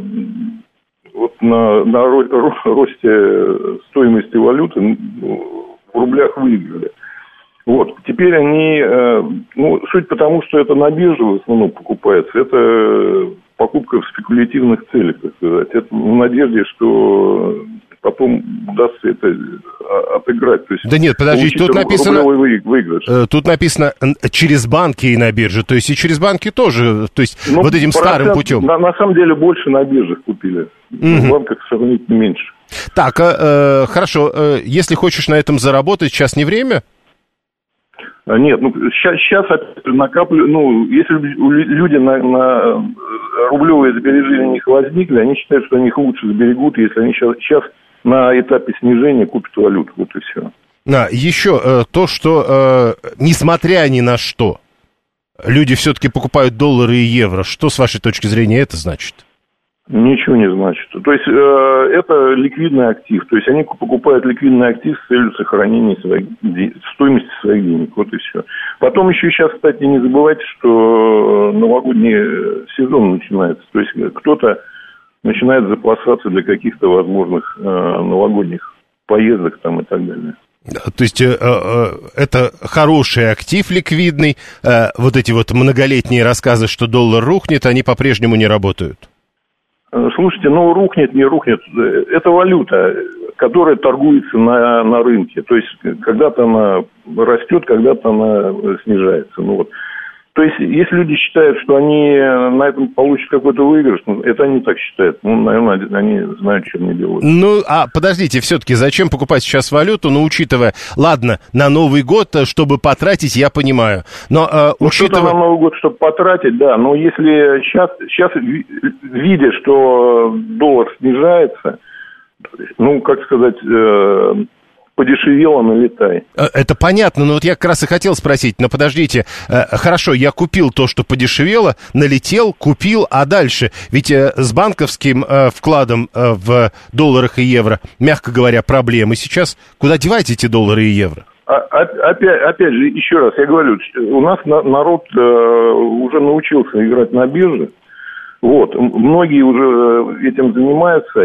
росте стоимости валюты в рублях выиграли. Вот. Теперь они, суть потому, что это на бирже в основном покупается, это покупка в спекулятивных целях, так сказать. Это в надежде, что потом удастся это отыграть. То есть да нет, подождите, тут написано, выигрыш. Тут написано через банки и на бирже, то есть и через банки тоже, то есть вот этим старым путем. На самом деле больше на биржах купили, в банках сравнительно меньше. Так, хорошо, если хочешь на этом заработать, сейчас не время? Нет, сейчас накапливаю, если люди на рублевые сбережения у них возникли, они считают, что они их лучше сберегут, если они сейчас на этапе снижения купят валюту, вот и все. Еще то, что несмотря ни на что, люди все-таки покупают доллары и евро, что с вашей точки зрения это значит? Ничего не значит. То есть это ликвидный актив. То есть они покупают ликвидный актив с целью сохранения стоимости своих денег. Вот и все. Потом еще сейчас, кстати, не забывайте, что новогодний сезон начинается. То есть кто-то начинает запасаться для каких-то возможных новогодних поездок там и так далее. То есть это хороший актив ликвидный. Вот эти вот многолетние рассказы, что доллар рухнет, они по-прежнему не работают. Слушайте, рухнет, не рухнет. Это валюта, которая торгуется на рынке. То есть когда-то она растет, когда-то она снижается. То есть если люди считают, что они на этом получат какой-то выигрыш, это они так считают. Наверное, они знают, чем они делают. Подождите, все-таки зачем покупать сейчас валюту, учитывая, ладно, на Новый год, чтобы потратить, я понимаю, но учитывая... на Новый год, чтобы потратить, да, но если сейчас видя, что доллар снижается, как сказать... подешевело, налетай. Это понятно, но вот я как раз и хотел спросить, но подождите, хорошо, я купил то, что подешевело, налетел, купил, а дальше? Ведь с банковским вкладом в долларах и евро, мягко говоря, проблемы сейчас. Куда девать эти доллары и евро? Опять же, еще раз, я говорю, у нас народ уже научился играть на бирже. Многие уже этим занимаются,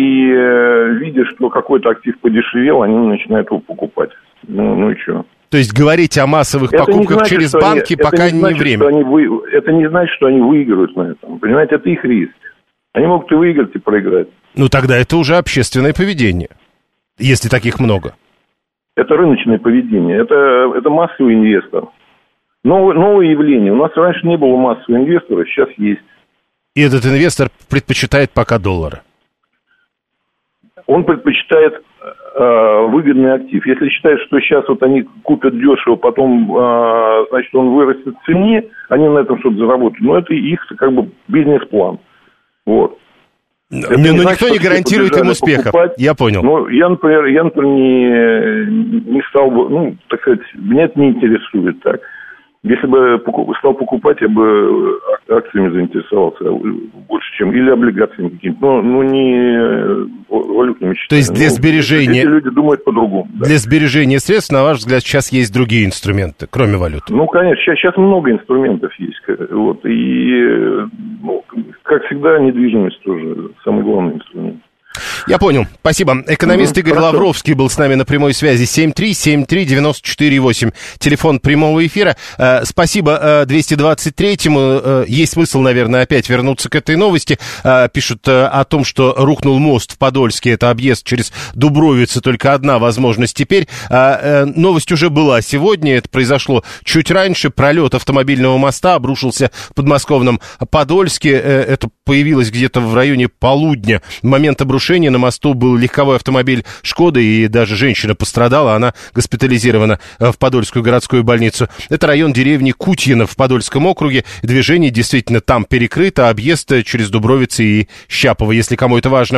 и видя, что какой-то актив подешевел, они начинают его покупать. И что? То есть говорить о массовых покупках через банки пока не время. Это не значит, что они выиграют на этом. Понимаете, это их риск. Они могут и выиграть, и проиграть. Тогда это уже общественное поведение, если таких много. Это рыночное поведение, это массовый инвестор. Новое явление. У нас раньше не было массового инвестора, сейчас есть. И этот инвестор предпочитает пока доллары? Он предпочитает выгодный актив. Если считает, что сейчас они купят дешево, потом, значит, он вырастет в цене, они на этом что-то заработают. Но это их бизнес-план. Никто не гарантирует им успеха. Я понял. Я, например, не стал бы, так сказать, меня это не интересует так. Если бы стал покупать, я бы акциями заинтересовался больше, чем или облигациями какими-то, не валютными счетами. То есть для сбережения... Эти люди думают по-другому. Да. Для сбережения средств, на ваш взгляд, сейчас есть другие инструменты, кроме валюты? Конечно, сейчас много инструментов есть. И, как всегда, недвижимость тоже самый главный инструмент. Я понял. Спасибо. Экономист Игорь Лавровский был с нами на прямой связи. 7373948. Телефон прямого эфира. Спасибо 223-му. Есть смысл, наверное, опять вернуться к этой новости. Пишут о том, что рухнул мост в Подольске. Это объезд через Дубровицы. Только одна возможность теперь. Новость уже была сегодня. Это произошло чуть раньше. Пролет автомобильного моста обрушился в подмосковном Подольске. Это появилось где-то в районе полудня. В момент обрушения на мосту был легковой автомобиль «Шкода», и даже женщина пострадала, она госпитализирована в Подольскую городскую больницу. Это район деревни Кутьино в Подольском округе. Движение действительно там перекрыто, объезд через Дубровицы и Щапово, если кому это важно.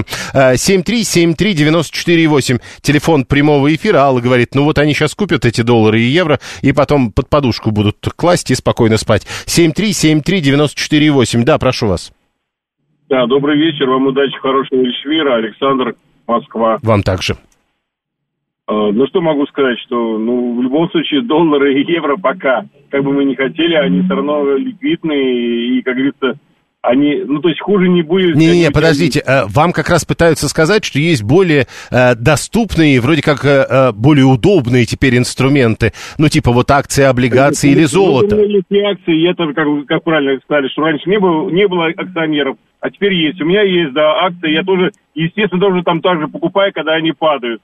7373948, телефон прямого эфира. Алла говорит, они сейчас купят эти доллары и евро, и потом под подушку будут класть и спокойно спать. 7373948, да, прошу вас. Да, добрый вечер, вам удачи, хорошего эфира, Александр, Москва. Вам также. Что могу сказать, что, в любом случае, доллары и евро пока, как бы мы ни хотели, они все равно ликвидные, и, как говорится, они, ну, то есть хуже не будет. Не, подождите, вам как раз пытаются сказать, что есть более доступные, вроде как более удобные теперь инструменты, ну, типа вот акции, облигации или золото. Есть акции, и это, как правильно сказали, что раньше не было акционеров, а теперь есть. У меня есть, да, акции, я тоже, естественно, тоже там также покупаю, когда они падают.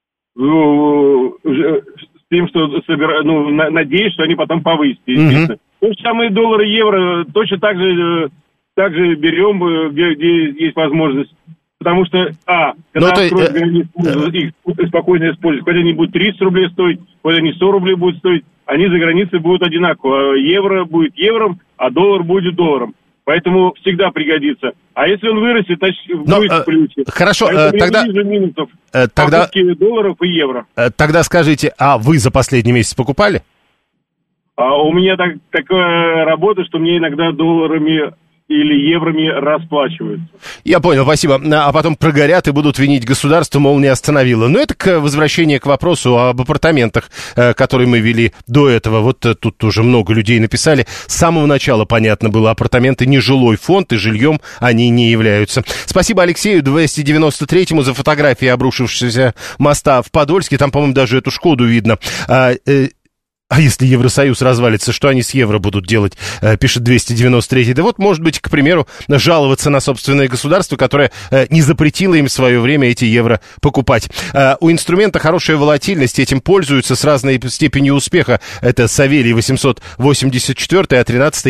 С тем, что надеюсь, что они потом повысятся, естественно. То же самое доллары, евро, точно так же берем, где есть возможность. Потому что, когда откроют границу, их спокойно использовать. Когда они будут 30 рублей стоить, когда они 100 рублей будут стоить, они за границей будут одинаково. Евро будет евром, а доллар будет долларом. Поэтому всегда пригодится. А если он вырастет, значит будет в плюсе. Хорошо, тогда... Я не вижу минусов покупки долларов и евро. Тогда скажите, а вы за последний месяц покупали? У меня такая работа, что мне иногда долларами или евроми расплачиваются. Я понял, спасибо. А потом прогорят и будут винить государство, мол, не остановило. Но это к возвращению к вопросу об апартаментах, который мы вели до этого. Вот тут уже много людей написали. С самого начала понятно было, апартаменты не жилой фонд, и жильем они не являются. Спасибо Алексею 293-му за фотографии обрушившегося моста в Подольске. Там, по-моему, даже эту Шкоду видно. А если Евросоюз развалится, что они с евро будут делать, пишет 293-й. Да вот, может быть, к примеру, жаловаться на собственное государство, которое не запретило им в свое время эти евро покупать. У инструмента хорошая волатильность, этим пользуются с разной степенью успеха. Это Савелий 884, а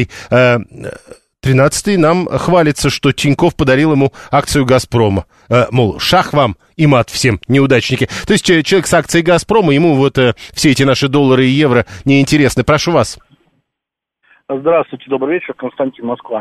13-й нам хвалится, что Тинькофф подарил ему акцию «Газпрома». Мол, шах вам и мат всем, неудачники. То есть человек с акцией «Газпрома», ему вот все эти наши доллары и евро неинтересны. Прошу вас. Здравствуйте, добрый вечер, Константин, Москва.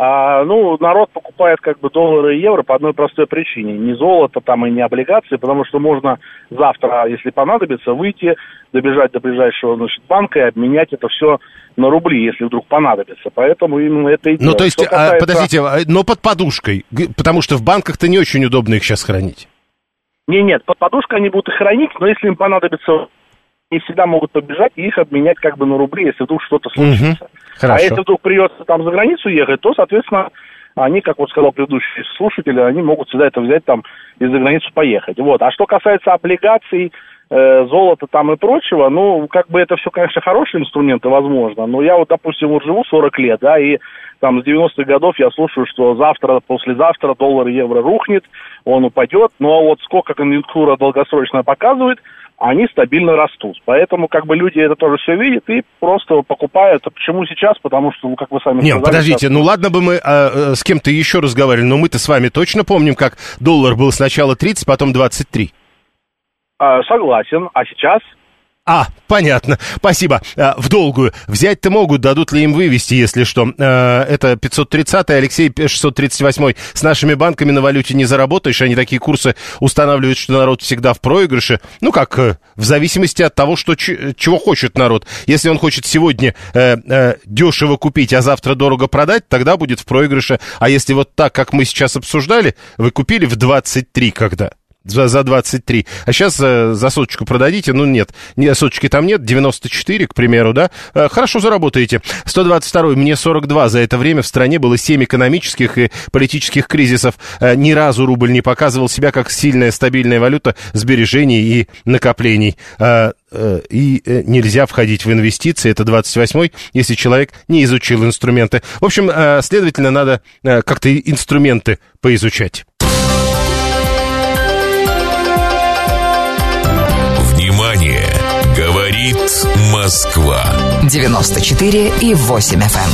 Народ покупает как бы доллары и евро по одной простой причине. Не золото там и не облигации, потому что можно завтра, если понадобится, выйти, добежать до ближайшего, банка и обменять это все на рубли, если вдруг понадобится. Поэтому именно это и дело. Ну, то есть, подождите, но под подушкой, потому что в банках-то не очень удобно их сейчас хранить. Нет, под подушкой они будут их хранить, но если им понадобится, они всегда могут побежать и их обменять как бы на рубли, если вдруг что-то случится. Хорошо. А если вдруг придется там за границу ехать, то, соответственно, они, как вот сказал предыдущий слушатель, они могут всегда это взять там и за границу поехать. Вот. А что касается облигаций, золота там и прочего, это все, конечно, хорошие инструменты, возможно, но я вот, допустим, живу 40 лет, да, и там с 90-х годов я слушаю, что завтра, послезавтра доллар и евро рухнет, он упадет, а вот сколько конъюнктура долгосрочная показывает, они стабильно растут. Поэтому, люди это тоже все видят и просто покупают. А почему сейчас? Потому что, как вы сами сказали... Нет, подождите, ладно бы мы с кем-то еще разговаривали, но мы-то с вами точно помним, как доллар был сначала 30, потом 23. Согласен. А сейчас? Понятно. Спасибо. В долгую. Взять-то могут, дадут ли им вывести, если что. Это 530-й, Алексей 638-й. С нашими банками на валюте не заработаешь. Они такие курсы устанавливают, что народ всегда в проигрыше. В зависимости от того, чего хочет народ. Если он хочет сегодня дешево купить, а завтра дорого продать, тогда будет в проигрыше. А если вот так, как мы сейчас обсуждали, вы купили в 23 когда? За 23. А сейчас за соточку продадите. Нет, соточки там нет. 94, к примеру, да? Хорошо заработаете. 122-й. Мне 42. За это время в стране было 7 экономических и политических кризисов. Ни разу рубль не показывал себя как сильная, стабильная валюта сбережений и накоплений. И нельзя входить в инвестиции. Это 28-й, если человек не изучил инструменты. В общем, следовательно, надо как-то инструменты поизучать. Говорит Москва. 94,8 FM.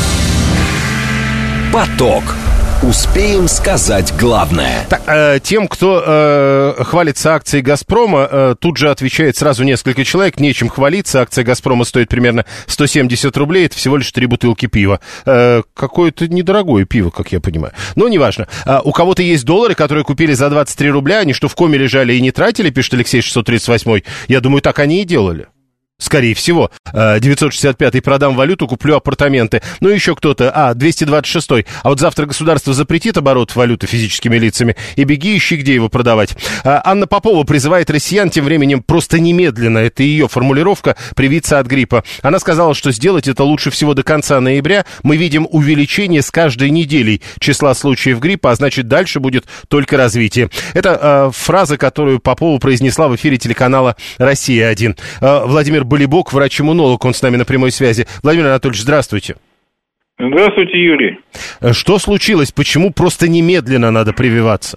Поток. Успеем сказать главное. Тем, кто хвалится акцией «Газпрома», тут же отвечает сразу несколько человек. Нечем хвалиться. Акция «Газпрома» стоит примерно 170 рублей. Это всего лишь 3 бутылки пива. Какое-то недорогое пиво, как я понимаю. Но неважно. У кого-то есть доллары, которые купили за 23 рубля. Они что, в коме лежали и не тратили, пишет Алексей 638. Я думаю, так они и делали. Скорее всего. 965-й продам валюту, куплю апартаменты. Ну, еще кто-то. 226-й. А вот завтра государство запретит оборот валюты физическими лицами. И беги, ищи, где его продавать. Анна Попова призывает россиян тем временем просто немедленно, это ее формулировка, привиться от гриппа. Она сказала, что сделать это лучше всего до конца ноября. Мы видим увеличение с каждой неделей числа случаев гриппа, а значит, дальше будет только развитие. Это фраза, которую Попова произнесла в эфире телеканала «Россия-1». Владимир Болибок, врач-иммунолог, он с нами на прямой связи. Владимир Анатольевич, здравствуйте. Здравствуйте, Юрий. Что случилось? Почему просто немедленно надо прививаться?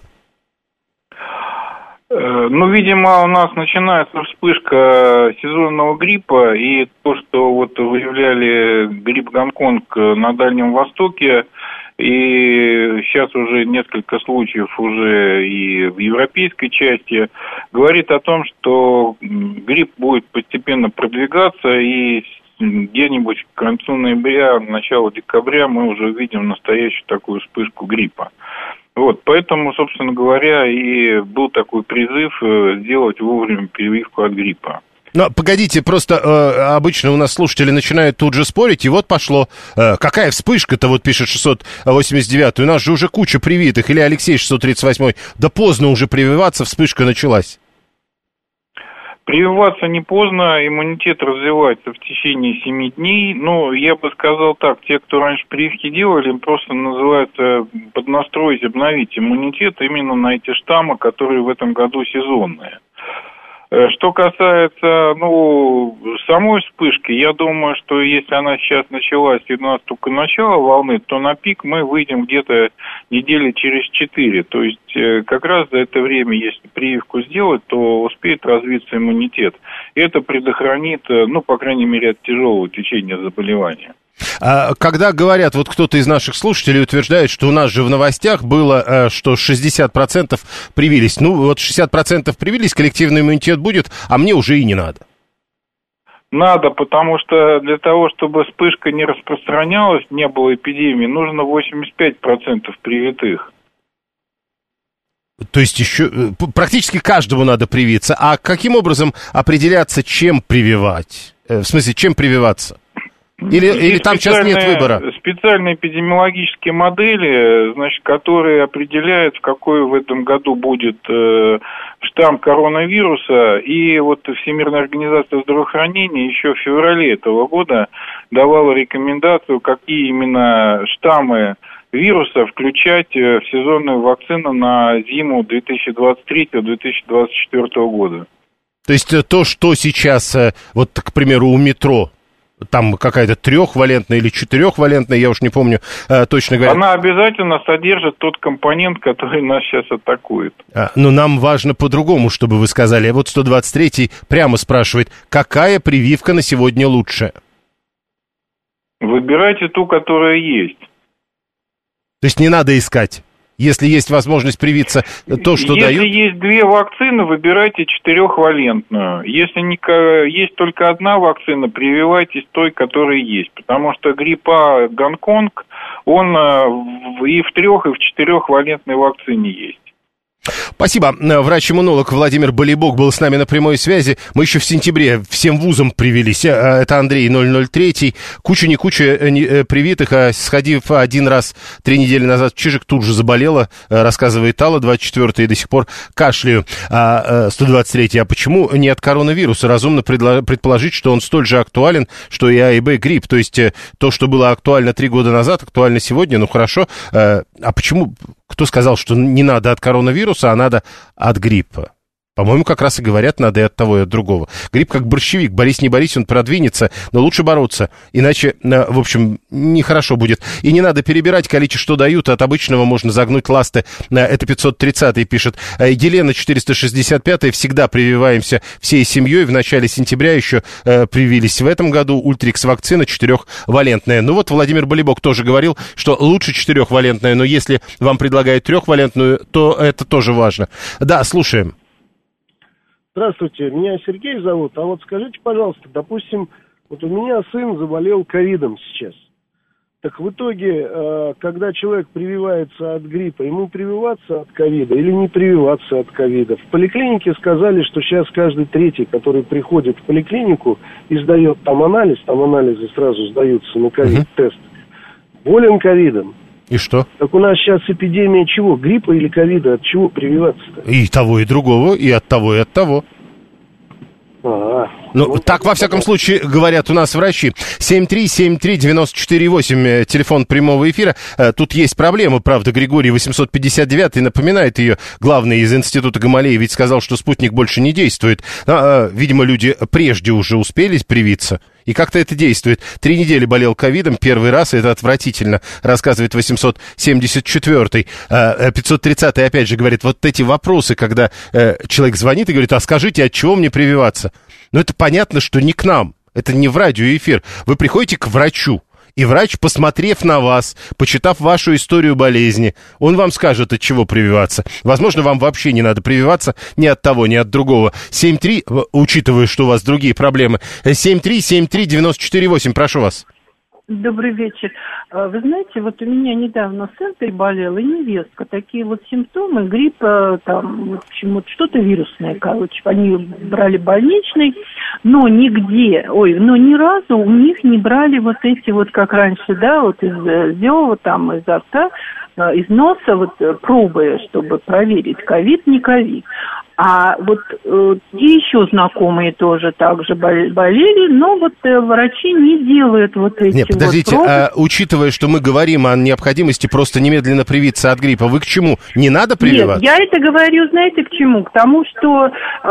Ну, видимо, у нас начинается вспышка сезонного гриппа, и то, что вот выявляли грипп Гонконг на Дальнем Востоке, и сейчас уже несколько случаев уже и в европейской части, говорит о том, что грипп будет постепенно продвигаться, и где-нибудь к концу ноября, начало декабря мы уже увидим настоящую такую вспышку гриппа. Вот, поэтому, собственно говоря, и был такой призыв сделать вовремя прививку от гриппа. Но погодите, просто обычно у нас слушатели начинают тут же спорить, и вот пошло. Какая вспышка-то, вот пишет 689-й, у нас же уже куча привитых, или Алексей 638-й, да поздно уже прививаться, вспышка началась. Прививаться не поздно, иммунитет развивается в течение 7 дней. Но я бы сказал так, те, кто раньше прививки делали, им просто называется поднастроить, обновить иммунитет именно на эти штаммы, которые в этом году сезонные. Что касается, самой вспышки, я думаю, что если она сейчас началась, и у нас только начало волны, то на пик мы выйдем где-то недели через 4. То есть как раз за это время, если прививку сделать, то успеет развиться иммунитет. И это предохранит, по крайней мере, от тяжелого течения заболевания. Когда говорят, вот кто-то из наших слушателей утверждает, что у нас же в новостях было, что 60% привились. Ну, вот 60% привились, коллективный иммунитет будет, а мне уже и не надо. Надо, потому что для того, чтобы вспышка не распространялась, не было эпидемии, нужно 85% привитых. То есть еще практически каждому надо привиться. А каким образом определяться, чем прививать? В смысле, чем прививаться? Или там сейчас нет выбора? Специальные эпидемиологические модели, которые определяют, в какой в этом году будет штамм коронавируса. И вот Всемирная организация здравоохранения еще в феврале этого года давала рекомендацию, какие именно штаммы вируса включать в сезонную вакцину на зиму 2023-2024 года. То есть то, что сейчас, вот, к примеру, у метро, там какая-то 3-валентная или 4-валентная, я уж не помню, точно говоря. Она обязательно содержит тот компонент, который нас сейчас атакует. Но нам важно по-другому, чтобы вы сказали. Вот 123-й прямо спрашивает, какая прививка на сегодня лучше? Выбирайте ту, которая есть. То есть не надо искать? Если есть возможность привиться, то, что дают? Если есть 2 вакцины, выбирайте 4-валентную. Если есть только одна вакцина, прививайтесь той, которая есть. Потому что грипп А Гонконг, он и в 3, и в 4-валентной вакцине есть. Спасибо. Врач-иммунолог Владимир Болибок был с нами на прямой связи. Мы еще в сентябре всем вузам привились. Это Андрей 003. Куча привитых, сходив один раз 3 недели назад в Чижик, тут же заболела, рассказывает Алла, 24-й, и до сих пор кашляю. 123-й. А почему не от коронавируса? Разумно предположить, что он столь же актуален, что и А и Б грипп. То есть то, что было актуально 3 года назад, актуально сегодня, ну хорошо. А почему... Кто сказал, что не надо от коронавируса, а надо от гриппа? По-моему, как раз и говорят, надо и от того, и от другого. Грипп как борщевик, борись не борись, он продвинется, но лучше бороться, иначе, в общем, нехорошо будет. И не надо перебирать количество, что дают, от обычного можно загнуть ласты. Это 530-й пишет. Елена 465-я, всегда прививаемся всей семьей, в начале сентября еще привились. В этом году Ультрикс вакцина 4-валентная. Ну вот Владимир Болибок тоже говорил, что лучше 4-валентная, но если вам предлагают 3-валентную, то это тоже важно. Да, слушаем. Здравствуйте, меня Сергей зовут. А вот скажите, пожалуйста, допустим, вот у меня сын заболел ковидом сейчас. Так в итоге, когда человек прививается от гриппа, ему прививаться от ковида или не прививаться от ковида? В поликлинике сказали, что сейчас каждый третий, который приходит в поликлинику и сдает там анализы сразу сдаются на ковид-тест, болен ковидом. И что? Так у нас сейчас эпидемия чего? Гриппа или ковида? От чего прививаться-то? И того, и другого, и от того, и от того. Ну, так, во всяком случае, говорят у нас врачи. 7373948, телефон прямого эфира. Тут есть проблема, правда, Григорий 859 напоминает ее главный из института Гамалеи, ведь сказал, что спутник больше не действует. Видимо, люди прежде уже успели привиться. И как-то это действует. 3 недели болел ковидом, первый раз, и это отвратительно, рассказывает 874-й. 530-й опять же говорит, вот эти вопросы, когда человек звонит и говорит, а скажите, от чего мне прививаться? Ну, это понятно, что не к нам, это не в радиоэфир. Вы приходите к врачу, и врач, посмотрев на вас, почитав вашу историю болезни, он вам скажет, от чего прививаться. Возможно, вам вообще не надо прививаться ни от того, ни от другого. 7-3, учитывая, что у вас другие проблемы, 7373948, прошу вас. Добрый вечер. Вы знаете, вот у меня недавно сын переболел и невестка. Такие вот симптомы гриппа, там, в общем, вот что-то вирусное, короче. Они брали больничный, но ни разу у них не брали вот эти вот, как раньше, да, вот из зева, там, изо рта, из носа, вот пробы, чтобы проверить, ковид, не ковид. А вот и еще знакомые тоже также болели, но вот врачи не делают вот эти. Нет, подождите, вот пробы. Учитывая, что мы говорим о необходимости просто немедленно привиться от гриппа, вы к чему? Не надо прививаться? Нет, я это говорю, знаете, к чему? К тому, что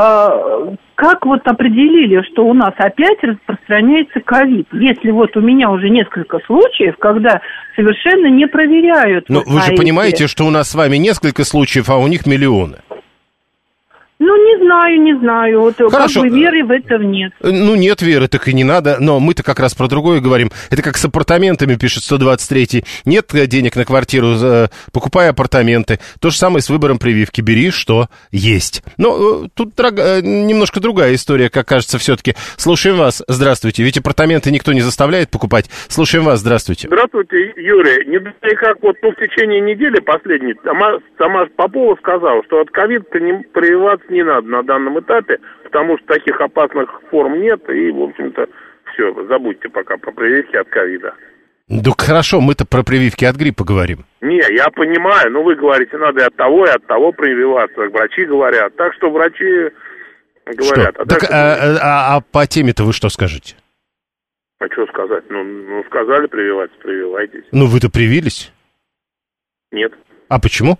как вот определили, что у нас опять распространяется ковид. Если вот у меня уже несколько случаев, когда совершенно не проверяют. Но вы же понимаете, что у нас с вами несколько случаев, а у них миллионы. Ну, не знаю. Вот хорошо. Как бы веры в это нет. Ну, нет веры, так и не надо. Но мы-то как раз про другое говорим. Это как с апартаментами, пишет 123-й. Нет денег на квартиру, покупай апартаменты. То же самое с выбором прививки. Бери, что есть. Но тут немножко другая история, как кажется, все-таки. Слушаем вас. Здравствуйте. Ведь апартаменты никто не заставляет покупать. Слушаем вас. Здравствуйте. Здравствуйте, Юрий. Не далее как вот в течение недели последней сама Попова сказала, что от ковида прививаться не надо на данном этапе, потому что таких опасных форм нет, и, в общем-то, все, забудьте пока про прививки от ковида. Да хорошо, мы-то про прививки от гриппа говорим. Не, я понимаю, но вы говорите, надо и от того прививаться, врачи говорят, так что врачи говорят. Что? А по теме-то вы что скажете? А что сказать? Ну, сказали прививаться, прививайтесь. Ну, вы-то привились? Нет. А почему?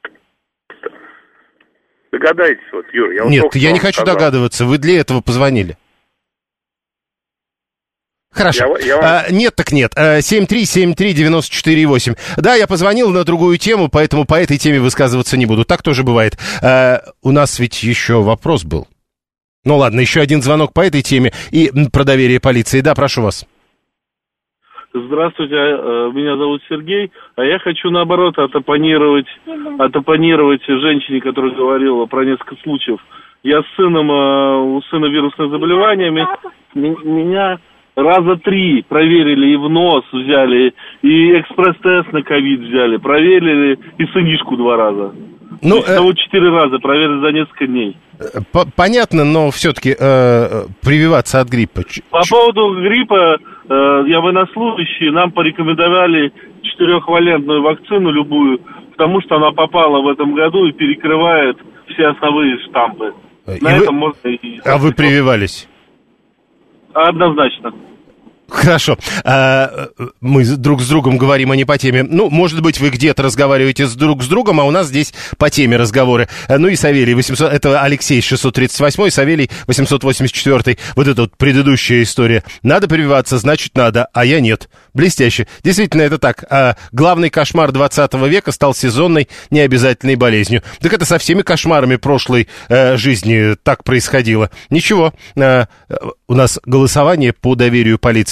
Догадайтесь, вот, Юр, Нет, я не хочу догадываться, вы для этого позвонили. Хорошо. Нет, так нет. 7373948. Да, я позвонил на другую тему, поэтому по этой теме высказываться не буду. Так тоже бывает. У нас ведь еще вопрос был. Ну ладно, еще один звонок по этой теме и про доверие полиции. Да, прошу вас. Здравствуйте, меня зовут Сергей, а я хочу, наоборот, отопонировать женщине, которая говорила про несколько случаев. Я с сыном, у сына вирусное заболевание, меня раза 3 проверили, и в нос взяли, и экспресс-тест на ковид взяли, проверили, и сынишку 2 раза. Ну, всего 4 раза проверили за несколько дней. Понятно, но все-таки прививаться от гриппа. По поводу гриппа, я военнослужащий, нам порекомендовали 4-валентную вакцину любую, потому что она попала в этом году и перекрывает все основные штампы. А вы прививались? Однозначно. Хорошо. Мы друг с другом говорим, а не по теме. Ну, может быть, вы где-то разговариваете друг с другом, а у нас здесь по теме разговоры. Ну и Савелий 800... Это Алексей 638, Савелий 884. Вот эта вот предыдущая история. Надо прививаться, значит надо, а я нет. Блестяще. Действительно, это так. Главный кошмар 20 века стал сезонной необязательной болезнью. Так это со всеми кошмарами прошлой жизни так происходило. Ничего. У нас голосование по доверию полиции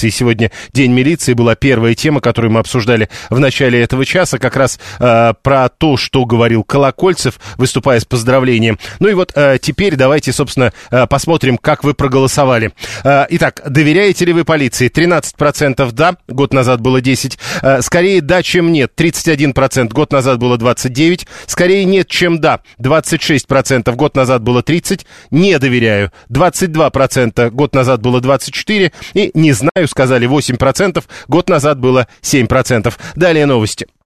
милиции. Сегодня День милиции была первая тема, которую мы обсуждали в начале этого часа, как раз про то, что говорил Колокольцев, выступая с поздравлением. Ну и вот теперь давайте, собственно, посмотрим, как вы проголосовали. Итак, доверяете ли вы полиции? 13% да, год назад было 10%. Скорее да, чем нет, 31%, год назад было 29%. Скорее нет, чем да, 26%, год назад было 30%. Не доверяю, 22%, год назад было 24%. И не знаю, сказали 8%, год назад было 7%. Далее новости.